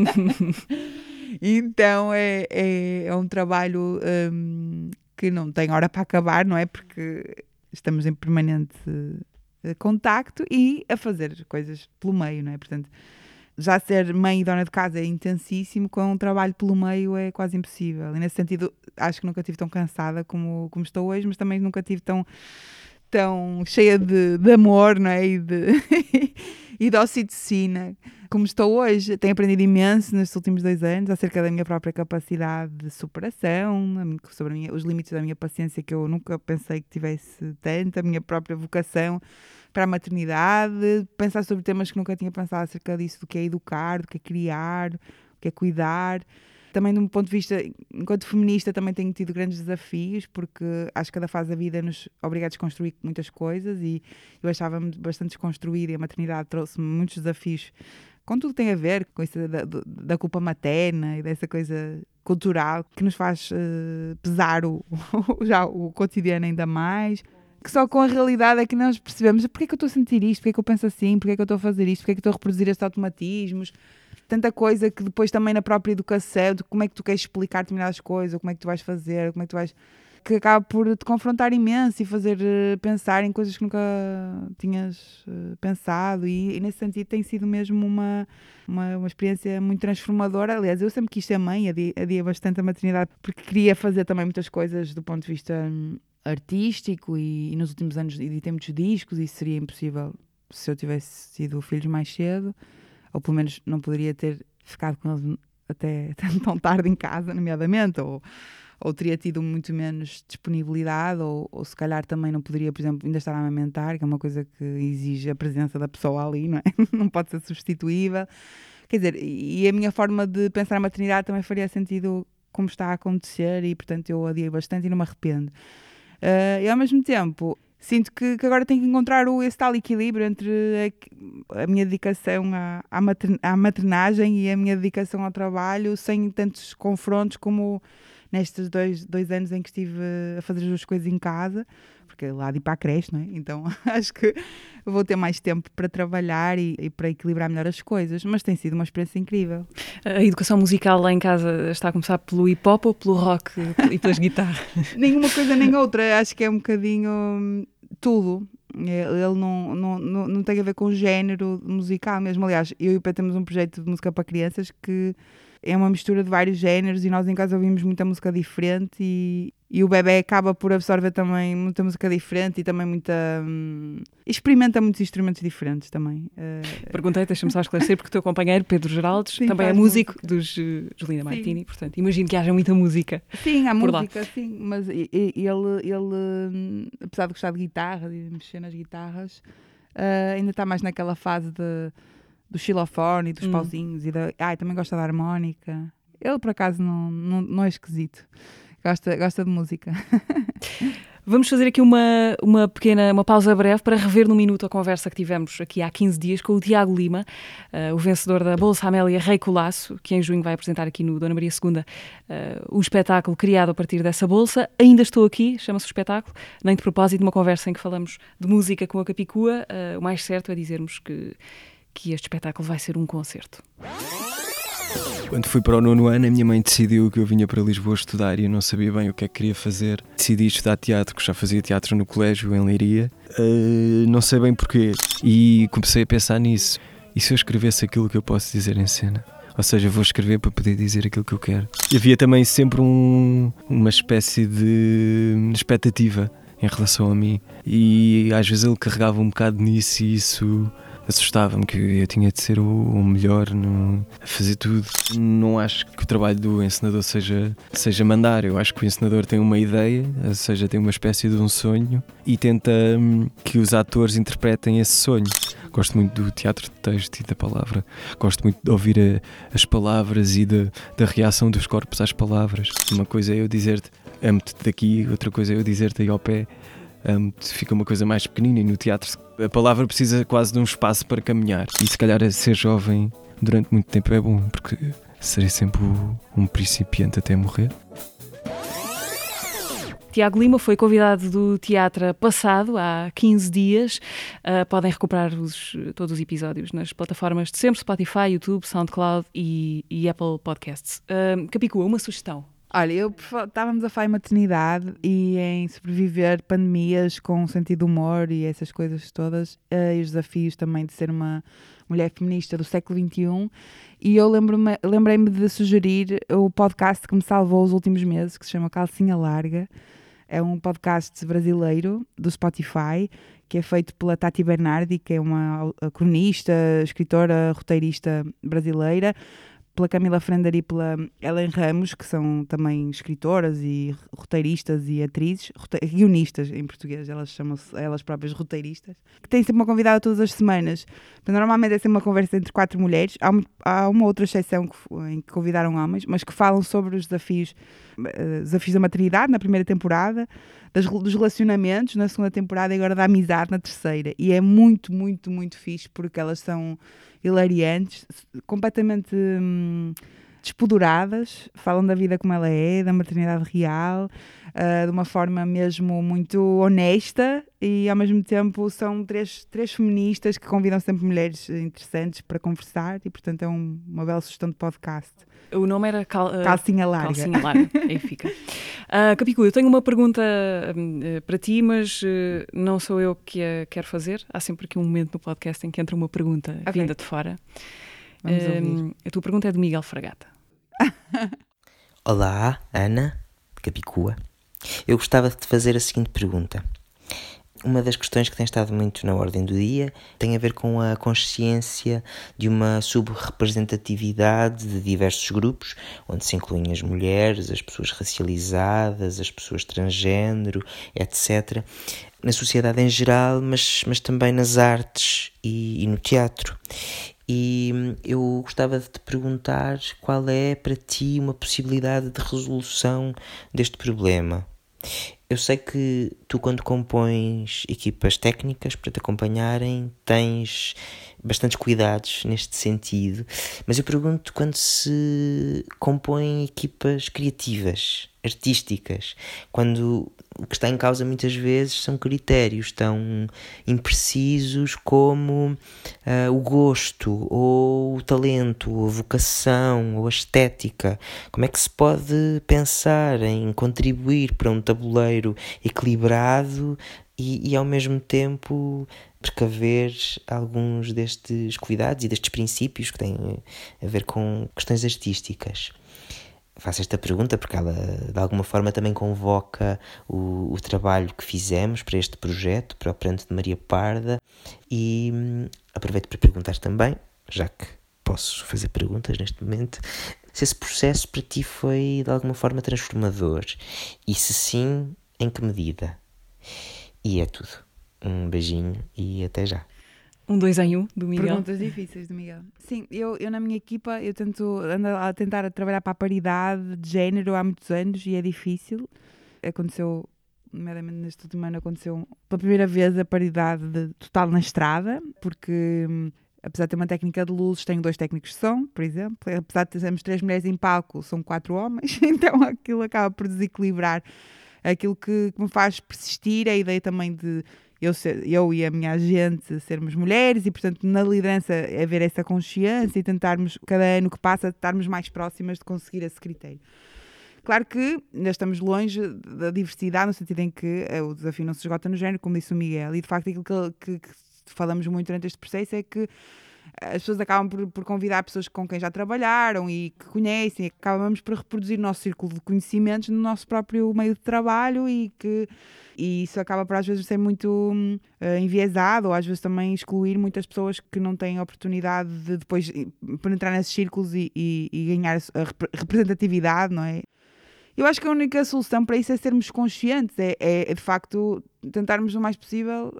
Então é um trabalho que não tem hora para acabar, não é? Porque estamos em permanente contacto e a fazer coisas pelo meio, não é? Portanto, já ser mãe e dona de casa é intensíssimo, com um trabalho pelo meio é quase impossível. E nesse sentido, acho que nunca estive tão cansada como estou hoje, mas também nunca estive tão cheia de amor, não é? E de ocitocina como estou hoje. Tenho aprendido imenso nestes últimos 2 anos acerca da minha própria capacidade de superação, sobre os limites da minha paciência, que eu nunca pensei que tivesse tanto, a minha própria vocação para a maternidade, pensar sobre temas que nunca tinha pensado acerca disso, do que é educar, do que é criar, do que é cuidar. Também, de um ponto de vista, enquanto feminista, também tenho tido grandes desafios, porque acho que cada fase da vida nos obriga a desconstruir muitas coisas, e eu achava-me bastante desconstruída, e a maternidade trouxe-me muitos desafios, com tudo que tem a ver com isso da culpa materna e dessa coisa cultural que nos faz pesar o cotidiano ainda mais. Que só com a realidade é que nós percebemos porque é que eu estou a sentir isto, porque é que eu penso assim, porque é que eu estou a fazer isto, porque é que eu estou a reproduzir estes automatismos. Tanta coisa que depois também na própria educação, de como é que tu queres explicar determinadas coisas, ou como é que tu vais fazer, como é que tu vais... que acaba por te confrontar imenso e fazer pensar em coisas que nunca tinhas pensado, e nesse sentido tem sido mesmo uma experiência muito transformadora. Aliás, eu sempre quis ser mãe, adia bastante a maternidade, porque queria fazer também muitas coisas do ponto de vista artístico e nos últimos anos editei muitos discos e seria impossível se eu tivesse tido filhos mais cedo, ou pelo menos não poderia ter ficado com eles até tão tarde em casa, nomeadamente, ou teria tido muito menos disponibilidade, ou se calhar também não poderia, por exemplo, ainda estar a amamentar, que é uma coisa que exige a presença da pessoa ali, não é? Não pode ser substituível. Quer dizer, e a minha forma de pensar a maternidade também faria sentido como está a acontecer e, portanto, eu adiei bastante e não me arrependo. E ao mesmo tempo, sinto que agora tenho que encontrar esse tal equilíbrio entre a minha dedicação à maternagem e a minha dedicação ao trabalho, sem tantos confrontos como nestes dois anos em que estive a fazer as duas coisas em casa, porque lá de ir para a creche, não é? Então acho que vou ter mais tempo para trabalhar e para equilibrar melhor as coisas, mas tem sido uma experiência incrível. A educação musical lá em casa está a começar pelo hip-hop ou pelo rock e pelas guitarras? Nenhuma coisa nem outra, acho que é um bocadinho tudo. Ele não tem a ver com o género musical mesmo. Aliás, eu e o Pé temos um projeto de música para crianças que é uma mistura de vários géneros e nós em casa ouvimos muita música diferente e o bebê acaba por absorver também muita música diferente e também experimenta muitos instrumentos diferentes também. Perguntei, deixa-me só esclarecer, porque o teu companheiro Pedro Geraldes também é músico dos Julinda Martini, portanto imagino que haja muita música. Sim, há por música, lá. sim, mas ele apesar de gostar de guitarra, de mexer nas guitarras, ainda está mais naquela fase do xilofone e dos pauzinhos e também gosta da harmónica. Ele por acaso não é esquisito, gosta de música. Vamos fazer aqui uma pausa breve para rever num minuto a conversa que tivemos aqui há 15 dias com o Tiago Lima, o vencedor da Bolsa Amélia Rei Colasso, que em junho vai apresentar aqui no Dona Maria II o espetáculo criado a partir dessa bolsa. Ainda estou aqui, chama-se o espetáculo, nem de propósito, uma conversa em que falamos de música com a Capicua. O mais certo é dizermos que este espetáculo vai ser um concerto. Quando fui para o 9º ano, a minha mãe decidiu que eu vinha para Lisboa estudar e eu não sabia bem o que é que queria fazer. Decidi estudar teatro, que já fazia teatro no colégio, em Leiria. Não sei bem porquê. E comecei a pensar nisso. E se eu escrevesse aquilo que eu posso dizer em cena? Ou seja, vou escrever para poder dizer aquilo que eu quero. E havia também sempre uma espécie de expectativa em relação a mim. E às vezes ele carregava um bocado nisso e isso assustava-me, que eu tinha de ser o melhor a fazer tudo. Não acho que o trabalho do encenador seja mandar. Eu acho que o encenador tem uma ideia, ou seja, tem uma espécie de um sonho e tenta que os atores interpretem esse sonho. Gosto muito do teatro de texto e da palavra. Gosto muito de ouvir as palavras e da reação dos corpos às palavras. Uma coisa é eu dizer-te amo-te daqui, outra coisa é eu dizer-te aí ao pé. Fica uma coisa mais pequenina e no teatro a palavra precisa quase de um espaço para caminhar e se calhar ser jovem durante muito tempo é bom, porque serei sempre um principiante até morrer. Tiago Lima foi convidado do Teatro passado, há 15 dias. Podem recuperar todos os episódios nas plataformas de sempre, Spotify, YouTube, SoundCloud e Apple Podcasts. Capicua, uma sugestão. Olha, estávamos a falar em maternidade e em sobreviver pandemias com sentido de humor e essas coisas todas, e os desafios também de ser uma mulher feminista do século XXI, e eu lembrei-me de sugerir o podcast que me salvou os últimos meses, que se chama Calcinha Larga. É um podcast brasileiro do Spotify, que é feito pela Tati Bernardi, que é uma cronista, escritora, roteirista brasileira, pela Camila Frender e pela Ellen Ramos, que são também escritoras e roteiristas e atrizes, guionistas em português, elas chamam-se elas próprias roteiristas, que têm sempre uma convidada todas as semanas. Então, normalmente é sempre uma conversa entre 4 mulheres, há uma outra exceção em que convidaram homens, mas que falam sobre os desafios da maternidade na primeira temporada, dos relacionamentos na segunda temporada e agora da amizade na terceira. E é muito, muito, muito fixe, porque elas são hilariantes, completamente despoduradas, falam da vida como ela é, da maternidade real, de uma forma mesmo muito honesta, e ao mesmo tempo são três feministas que convidam sempre mulheres interessantes para conversar, e portanto é uma bela sugestão de podcast. O nome era Calcinha Larga. Calcinha Larga, aí fica. Capicua, eu tenho uma pergunta para ti, mas não sou eu que a quero fazer. Há sempre aqui um momento no podcast em que entra uma pergunta vinda de fora. Vamos ouvir. A tua pergunta é do Miguel Fragata. Olá, Ana, de Capicua. Eu gostava de te fazer a seguinte pergunta. Uma das questões que tem estado muito na ordem do dia tem a ver com a consciência de uma subrepresentatividade de diversos grupos, onde se incluem as mulheres, as pessoas racializadas, as pessoas transgênero, etc., na sociedade em geral, mas também nas artes e no teatro. E eu gostava de te perguntar qual é para ti uma possibilidade de resolução deste problema. Eu sei que tu, quando compões equipas técnicas para te acompanharem, tens bastantes cuidados neste sentido, mas eu pergunto quando se compõem equipas criativas, artísticas, quando o que está em causa muitas vezes são critérios tão imprecisos como o gosto, ou o talento, ou a vocação, ou a estética. Como é que se pode pensar em contribuir para um tabuleiro equilibrado e ao mesmo tempo precaver alguns destes cuidados e destes princípios que têm a ver com questões artísticas? Faço esta pergunta porque ela de alguma forma também convoca o trabalho que fizemos para este projeto, para o Pranto de Maria Parda, e aproveito para perguntar também, já que posso fazer perguntas neste momento, se esse processo para ti foi de alguma forma transformador, e se sim, em que medida? E é tudo. Um beijinho e até já. 2 em 1 do Miguel. Perguntas difíceis do Miguel. Sim, eu na minha equipa ando a tentar trabalhar para a paridade de género há muitos anos e é difícil. Aconteceu, nomeadamente neste último ano, aconteceu pela primeira vez a paridade total na estrada, porque apesar de ter uma técnica de luzes, tenho 2 técnicos de som, por exemplo. Apesar de termos 3 mulheres em palco, são 4 homens, então aquilo acaba por desequilibrar aquilo que me faz persistir, a ideia também de eu e a minha agente sermos mulheres e, portanto, na liderança haver essa consciência e tentarmos, cada ano que passa, estarmos mais próximas de conseguir esse critério. Claro que ainda estamos longe da diversidade, no sentido em que o desafio não se esgota no género, como disse o Miguel, e de facto aquilo que falamos muito durante este processo é que as pessoas acabam por convidar pessoas com quem já trabalharam e que conhecem, e acabamos por reproduzir o nosso círculo de conhecimentos no nosso próprio meio de trabalho e isso acaba por às vezes ser muito enviesado, ou às vezes também excluir muitas pessoas que não têm a oportunidade de depois penetrar nesses círculos e ganhar a representatividade, não é? Eu acho que a única solução para isso é sermos conscientes, é de facto tentarmos o mais possível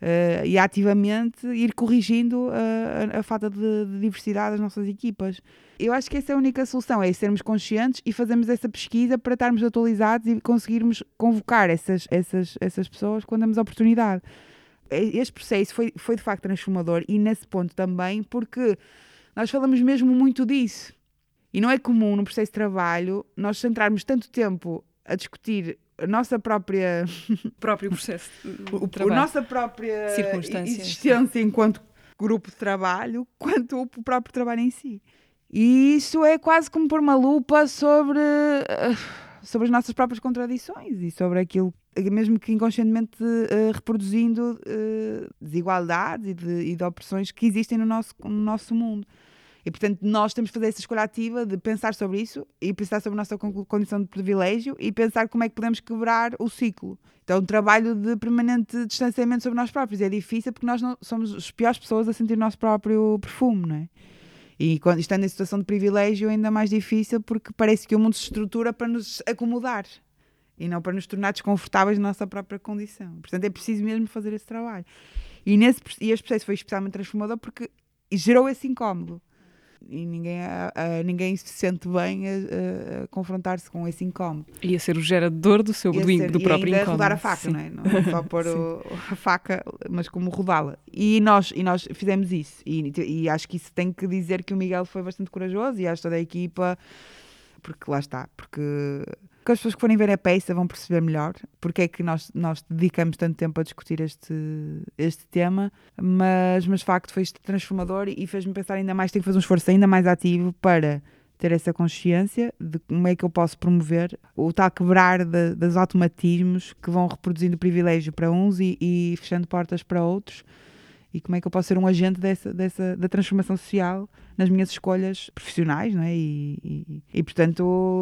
e ativamente ir corrigindo a falta de diversidade das nossas equipas. Eu acho que essa é a única solução, é sermos conscientes e fazermos essa pesquisa para estarmos atualizados e conseguirmos convocar essas pessoas quando damos a oportunidade. Este processo foi de facto transformador e nesse ponto também, porque nós falamos mesmo muito disso. E não é comum no processo de trabalho nós centrarmos tanto tempo a discutir a nossa própria próprio processo de a nossa própria existência enquanto grupo de trabalho, quanto o próprio trabalho em si. E isso é quase como pôr uma lupa sobre as nossas próprias contradições e sobre aquilo, mesmo que inconscientemente reproduzindo desigualdades e de opressões que existem no nosso mundo. E, portanto, nós temos que fazer essa escolha ativa de pensar sobre isso e pensar sobre a nossa condição de privilégio e pensar como é que podemos quebrar o ciclo. Então, um trabalho de permanente distanciamento sobre nós próprios. É difícil porque nós não somos as piores pessoas a sentir o nosso próprio perfume, não é? E quando estando em situação de privilégio é ainda mais difícil porque parece que o mundo se estrutura para nos acomodar e não para nos tornar desconfortáveis na nossa própria condição. Portanto, é preciso mesmo fazer esse trabalho. E este processo foi especialmente transformador porque gerou esse incómodo. E ninguém se sente bem a confrontar-se com esse incómodo. Ia ser o gerador do próprio incómodo. Rodar a faca, não é? Não é só pôr a faca, mas como rodá-la. E nós fizemos isso. E acho que isso tem que dizer que o Miguel foi bastante corajoso e acho toda a equipa, porque lá está. Porque as pessoas que forem ver a peça vão perceber melhor porque é que nós dedicamos tanto tempo a discutir este tema, mas de facto foi transformador e fez-me pensar ainda mais, tenho que fazer um esforço ainda mais ativo para ter essa consciência de como é que eu posso promover o tal quebrar dos automatismos que vão reproduzindo privilégio para uns e fechando portas para outros, e como é que eu posso ser um agente da transformação social nas minhas escolhas profissionais, não é? E portanto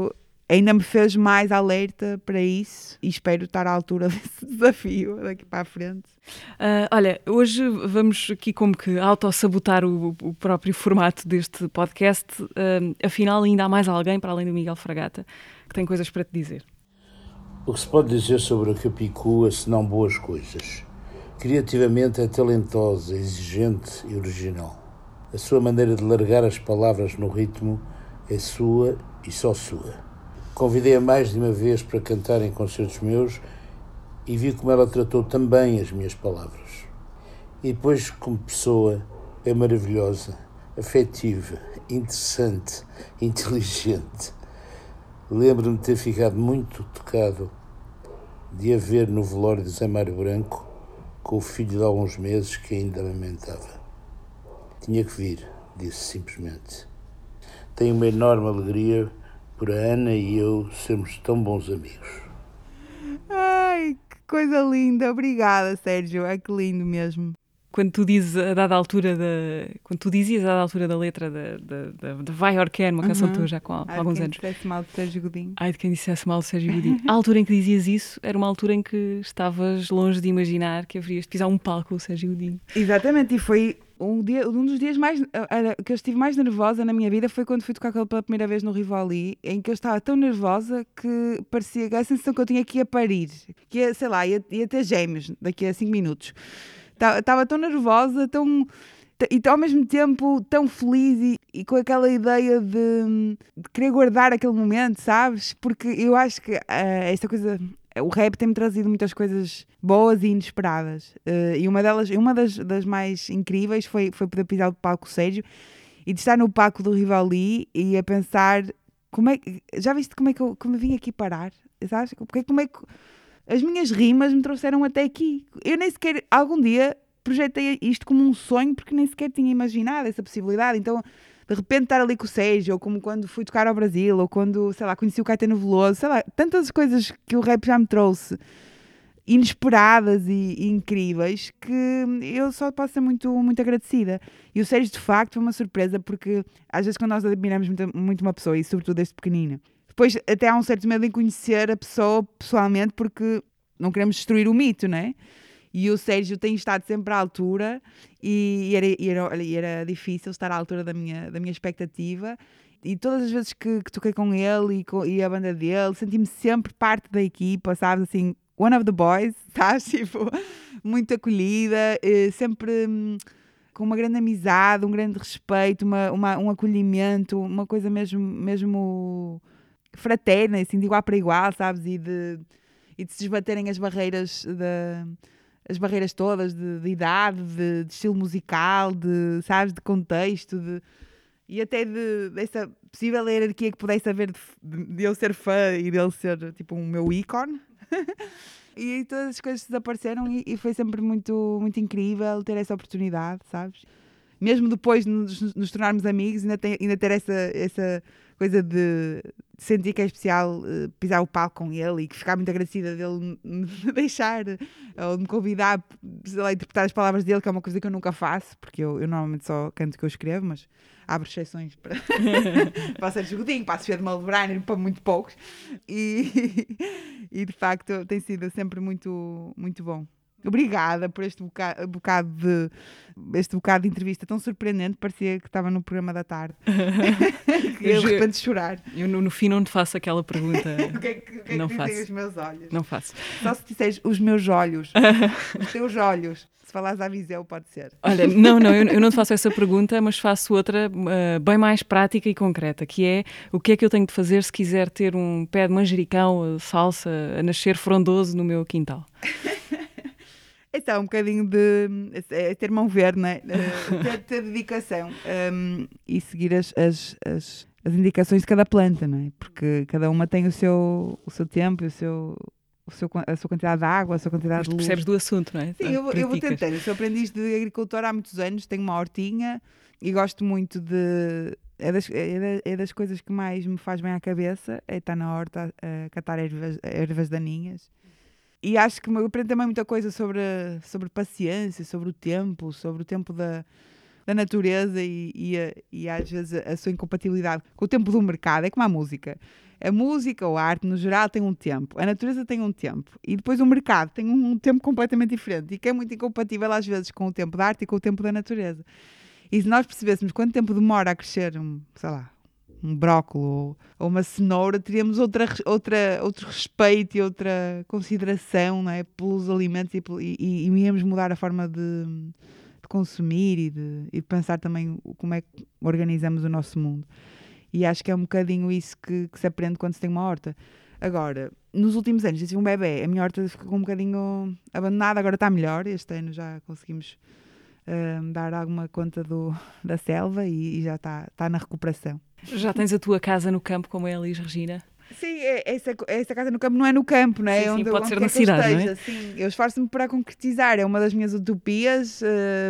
ainda me fez mais alerta para isso e espero estar à altura desse desafio daqui para a frente. Olha, hoje vamos aqui como que autossabotar o próprio formato deste podcast. Afinal, ainda há mais alguém, para além do Miguel Fragata, que tem coisas para te dizer. O que se pode dizer sobre a Capicua, senão boas coisas? Criativamente é talentosa, exigente e original. A sua maneira de largar as palavras no ritmo é sua e só sua. Convidei-a mais de uma vez para cantar em concertos meus e vi como ela tratou também as minhas palavras. E depois, como pessoa, é maravilhosa, afetiva, interessante, inteligente. Lembro-me de ter ficado muito tocado de a ver no velório de Zé Mário Branco com o filho de alguns meses que ainda amamentava. Tinha que vir, disse simplesmente. Tenho uma enorme alegria por a Ana e eu sermos tão bons amigos. Ai, que coisa linda. Obrigada, Sérgio. Ai, que lindo mesmo. Quando tu dizes a dada altura quando tu dizias a dada altura da letra da Vai or Quer, uma canção tua já com alguns anos. Ai, de quem dissesse mal de Sérgio Godinho. Ai, de quem dissesse mal de Sérgio Godinho. A altura em que dizias isso era uma altura em que estavas longe de imaginar que haverias de pisar um palco com o Sérgio Godinho. Exatamente, e foi um dos dias mais que eu estive mais nervosa na minha vida foi quando fui tocar pela primeira vez no Rivoli, em que eu estava tão nervosa que parecia a sensação que eu tinha que ia parir, que ia, sei lá, ia ter gêmeos daqui a 5 minutos. Estava tão nervosa, e ao mesmo tempo tão feliz e com aquela ideia de querer guardar aquele momento, sabes? Porque eu acho que esta coisa, o rap tem-me trazido muitas coisas boas e inesperadas. E uma das mais incríveis foi poder pisar o palco Sérgio e de estar no palco do Rivoli e a pensar, já viste como eu vim aqui parar? Sabes? Como é que as minhas rimas me trouxeram até aqui. Eu nem sequer, algum dia, projetei isto como um sonho, porque nem sequer tinha imaginado essa possibilidade. Então, de repente, estar ali com o Sérgio, ou como quando fui tocar ao Brasil, ou quando, sei lá, conheci o Caetano Veloso, sei lá, tantas coisas que o rap já me trouxe, inesperadas e incríveis, que eu só posso ser muito, muito agradecida. E o Sérgio, de facto, foi uma surpresa, porque às vezes quando nós admiramos muito uma pessoa, e sobretudo desde pequenina, depois até há um certo medo em conhecer a pessoa pessoalmente, porque não queremos destruir o mito, não é? E o Sérgio tem estado sempre à altura e era difícil estar à altura da minha expectativa. E todas as vezes que toquei com ele e a banda dele, senti-me sempre parte da equipa, sabes? Assim, one of the boys, sabes? Tipo, muito acolhida, sempre com uma grande amizade, um grande respeito, um acolhimento, uma coisa mesmo fraterna, assim, de igual para igual, sabes? E de se desbaterem as barreiras todas de idade, de estilo musical, sabes, de contexto, e até dessa possível hierarquia que pudesse haver de eu ser fã e dele ser tipo um meu ícone. E todas as coisas desapareceram e foi sempre muito, muito incrível ter essa oportunidade, sabes? Mesmo depois de nos tornarmos amigos, ainda ter essa coisa de sentir que é especial pisar o palco com ele e que ficar muito agradecida dele me deixar ou de me convidar, sei lá, a interpretar as palavras dele, que é uma coisa que eu nunca faço, porque eu normalmente só canto o que eu escrevo, mas abro exceções para o Sérgio Godinho, para a Sofia de Melbourne, para muito poucos. E de facto tem sido sempre muito, muito bom. Obrigada por este bocado de entrevista tão surpreendente, parecia que estava no programa da tarde. Eu de repente chorar. Eu no fim não te faço aquela pergunta. O que é que não dizem faço. os meus olhos? Não faço. Só se disseres os meus olhos, os teus olhos. Se falares à Viseu, pode ser. Olha, não, eu não te faço essa pergunta, mas faço outra bem mais prática e concreta, que é o que é que eu tenho de fazer se quiser ter um pé de manjericão, salsa, a nascer frondoso no meu quintal? Então, um bocadinho de ter mão verde, né? ter dedicação e seguir as indicações de cada planta, não é? Porque cada uma tem o seu tempo e a sua quantidade de água, a sua quantidade de luz. Percebes do assunto, não é? Sim, eu vou tentando. Eu sou aprendiz de agricultora há muitos anos, tenho uma hortinha e gosto muito de... É das coisas que mais me faz bem à cabeça, é estar na horta a catar ervas daninhas. E acho que eu aprendo também muita coisa sobre paciência, sobre o tempo da da natureza e às vezes a sua incompatibilidade com o tempo do mercado. É como a música. A música ou a arte, no geral, tem um tempo. A natureza tem um tempo. E depois o mercado tem um tempo completamente diferente. E que é muito incompatível, às vezes, com o tempo da arte e com o tempo da natureza. E se nós percebêssemos quanto tempo demora a crescer, um brócolis ou uma cenoura, teríamos outro respeito e outra consideração, não é? Pelos alimentos e íamos mudar a forma de consumir e de pensar também como é que organizamos o nosso mundo. E acho que é um bocadinho isso que se aprende quando se tem uma horta. Agora, nos últimos anos, eu tive um bebê, a minha horta ficou um bocadinho abandonada, agora está melhor. Este ano já conseguimos dar alguma conta da selva e já está na recuperação. Já tens a tua casa no campo, como é a Elis Regina? Sim, essa casa no campo não é no campo, não é? Sim, onde pode ser na eu cidade, esteja, não é? Sim, eu esforço-me para concretizar, é uma das minhas utopias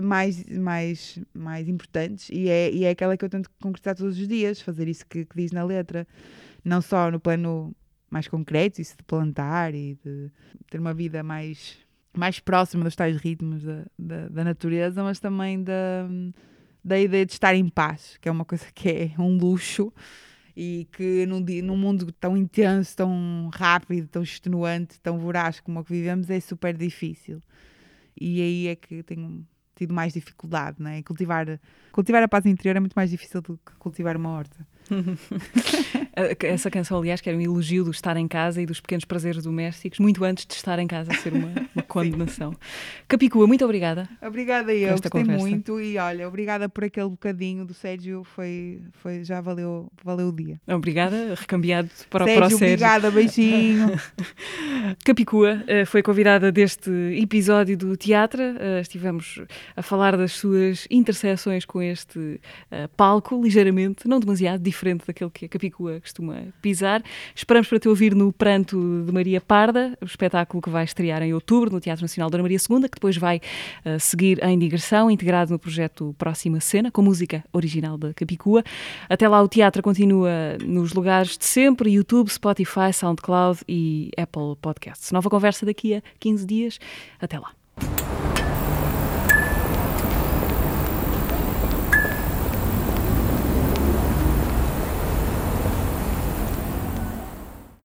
mais importantes e é aquela que eu tento concretizar todos os dias, fazer isso que diz na letra, não só no plano mais concreto, isso de plantar e de ter uma vida mais próxima dos tais ritmos da natureza, mas também da ideia de estar em paz, que é uma coisa que é um luxo. E que num mundo tão intenso, tão rápido, tão extenuante, tão voraz como o que vivemos, é super difícil. E aí é que tenho tido mais dificuldade, não é? Cultivar a paz interior é muito mais difícil do que cultivar uma horta. Essa canção, aliás, que era um elogio do estar em casa e dos pequenos prazeres domésticos, muito antes de estar em casa ser uma condenação. Capicua, muito obrigada. Obrigada eu, esta gostei conversa. muito e olha, obrigada por aquele bocadinho do Sérgio, já valeu o dia. Obrigada, recambiado para o Sérgio, Sérgio. obrigada, beijinho. Capicua foi convidada deste episódio do Teatro. Estivemos a falar das suas interseções com este palco, ligeiramente, não demasiado diferente daquele que a Capicua costuma pisar. Esperamos para te ouvir no Pranto de Maria Parda, o espetáculo que vai estrear em outubro no Teatro Nacional Dona Maria II, que depois vai seguir em digressão, integrado no projeto Próxima Cena, com música original da Capicua. Até lá o teatro continua nos lugares de sempre, YouTube, Spotify, SoundCloud e Apple Podcasts. Nova conversa daqui a 15 dias. Até lá.